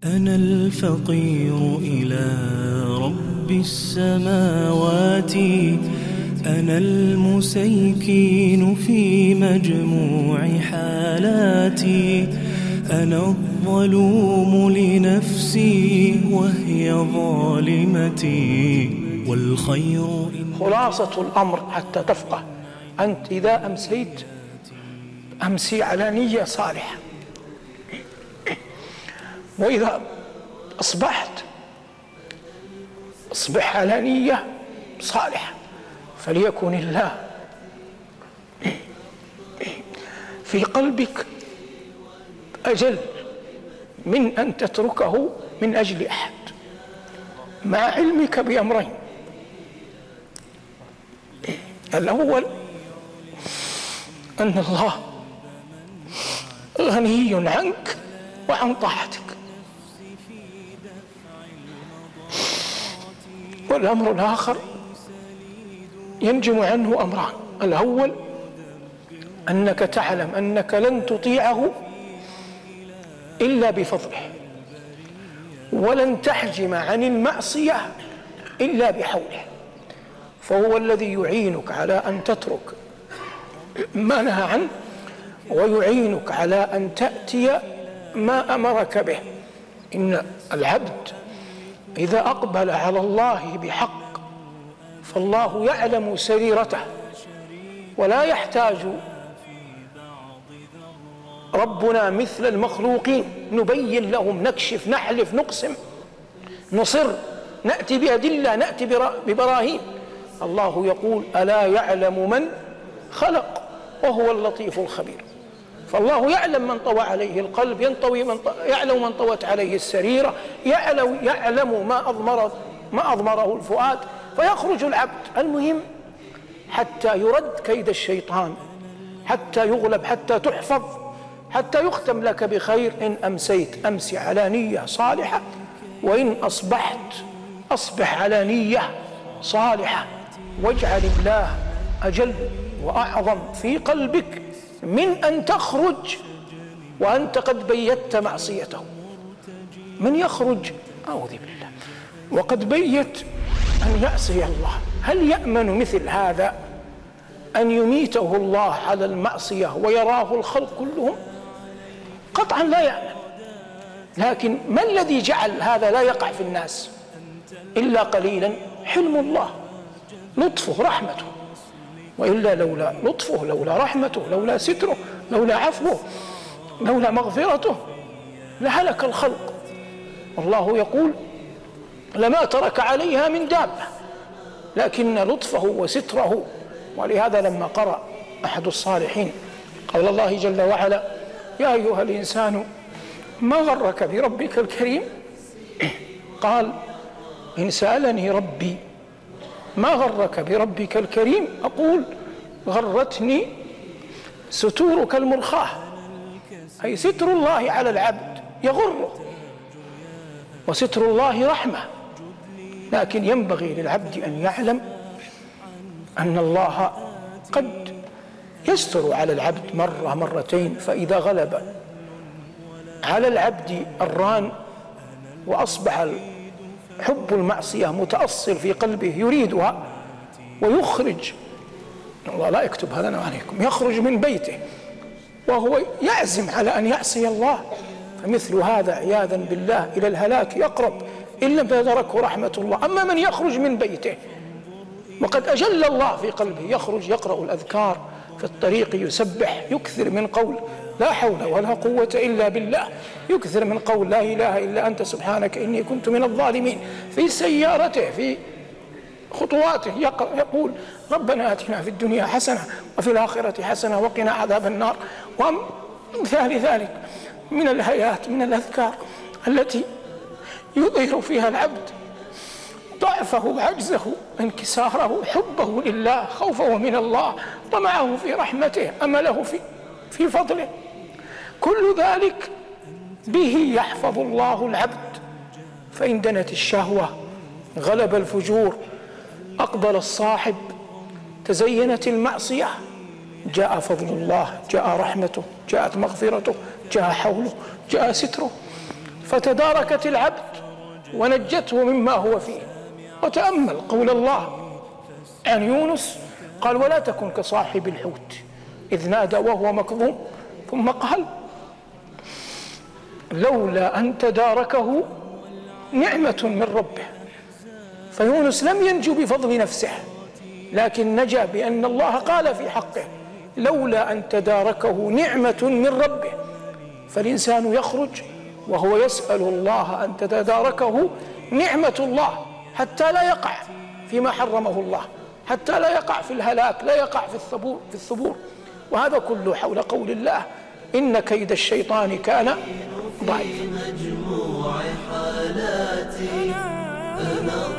أنا الفقير إلى رب السماوات، أنا المسيكين في مجموع حالاتي، أنا الظلوم لنفسي وهي ظالمتي، والخير خلاصة الأمر حتى تفقه أنت إذا أمسيت أمسي على نية صالحة، وإذا أصبحت أصبح على نية صالحة، فليكن الله في قلبك أجل من أن تتركه من أجل أحد، مع علمك بأمرين: الأول أن الله غني عنك وعن طاعتك، والأمر الآخر ينجم عنه أمران: الأول أنك تعلم أنك لن تطيعه إلا بفضله، ولن تحجم عن المعصية إلا بحوله، فهو الذي يعينك على أن تترك ما نهى عنه، ويعينك على أن تأتي ما أمرك به. إن العبد إذا أقبل على الله بحق فالله يعلم سريرته، ولا يحتاج ربنا مثل المخلوقين نبين لهم، نكشف، نحلف، نقسم، نصر، نأتي بأدلة، نأتي ببراهين. الله يقول: ألا يعلم من خلق وهو اللطيف الخبير. فالله يعلم من طوى عليه القلب، يعلم من طوت عليه السريرة، يعلم ما أضمره الفؤاد، فيخرج العبد. المهم حتى يرد كيد الشيطان، حتى يغلب، حتى تحفظ، حتى يختم لك بخير. إن أمسيت أمسي على نية صالحة، وإن أصبحت أصبح على نية صالحة، واجعل الله أجل وأعظم في قلبك من أن تخرج وأنت قد بيت معصيته. من يخرج أعوذ بالله وقد بيت أن يعصي الله، هل يأمن مثل هذا أن يميته الله على المعصية ويراه الخلق كلهم؟ قطعا لا يأمن. لكن ما الذي جعل هذا لا يقع في الناس إلا قليلا؟ حلم الله، لطفه، رحمته. وإلا لولا لطفه، لولا رحمته، لولا ستره، لولا عفوه، لولا مغفرته لهلك الخلق. والله يقول: لما ترك عليها من دابة، لكن لطفه وستره. ولهذا لما قرأ أحد الصالحين قول الله جل وعلا: يا أيها الإنسان ما غرك بربك الكريم، قال: إن سألني ربي ما غرك بربك الكريم أقول: غرتني ستورك المرخاة، أي ستر الله على العبد يغره، وستر الله رحمة. لكن ينبغي للعبد أن يعلم أن الله قد يستر على العبد مرة مرتين، فإذا غلب على العبد الران وأصبح حب المعصية متأصل في قلبه يريدها، ويخرج، الله لا يكتب هذا عليكم، يخرج من بيته وهو يعزم على أن يعصي الله، فمثل هذا عياذا بالله إلى الهلاك يقرب إن لم تدركه رحمة الله. أما من يخرج من بيته وقد أجل الله في قلبه، يخرج يقرأ الأذكار في الطريق، يسبح، يكثر من قول لا حول ولا قوة إلا بالله، يكثر من قول لا إله إلا أنت سبحانك إني كنت من الظالمين. في سيارته، في خطواته يقول: ربنا آتنا في الدنيا حسنة وفي الآخرة حسنة وقنا عذاب النار. ومثال ذلك من الآيات، من الأذكار التي يظهر فيها العبد ضعفه، عجزه، انكساره، حبه لله، خوفه من الله، طمعه في رحمته، أمله في فضله. كل ذلك به يحفظ الله العبد. فإن دنت الشهوة، غلب الفجور، أقبل الصاحب، تزينت المعصية، جاء فضل الله، جاء رحمته، جاءت مغفرته، جاء حوله، جاء ستره. فتداركت العبد ونجته مما هو فيه. وتأمل قول الله عن يونس، قال ولا تكن كصاحب الحوت إذ نادى وهو مكظوم، ثم قال لولا أن تداركه نعمة من ربه. فيونس لم ينجو بفضل نفسه، لكن نجا بأن الله قال في حقه لولا أن تداركه نعمة من ربه. فالإنسان يخرج وهو يسأل الله أن تتداركه نعمة الله حتى لا يقع فيما حرمه الله، حتى لا يقع في الهلاك، لا يقع في الثبور. وهذا كله حول قول الله إن كيد الشيطان كان ضعيفا.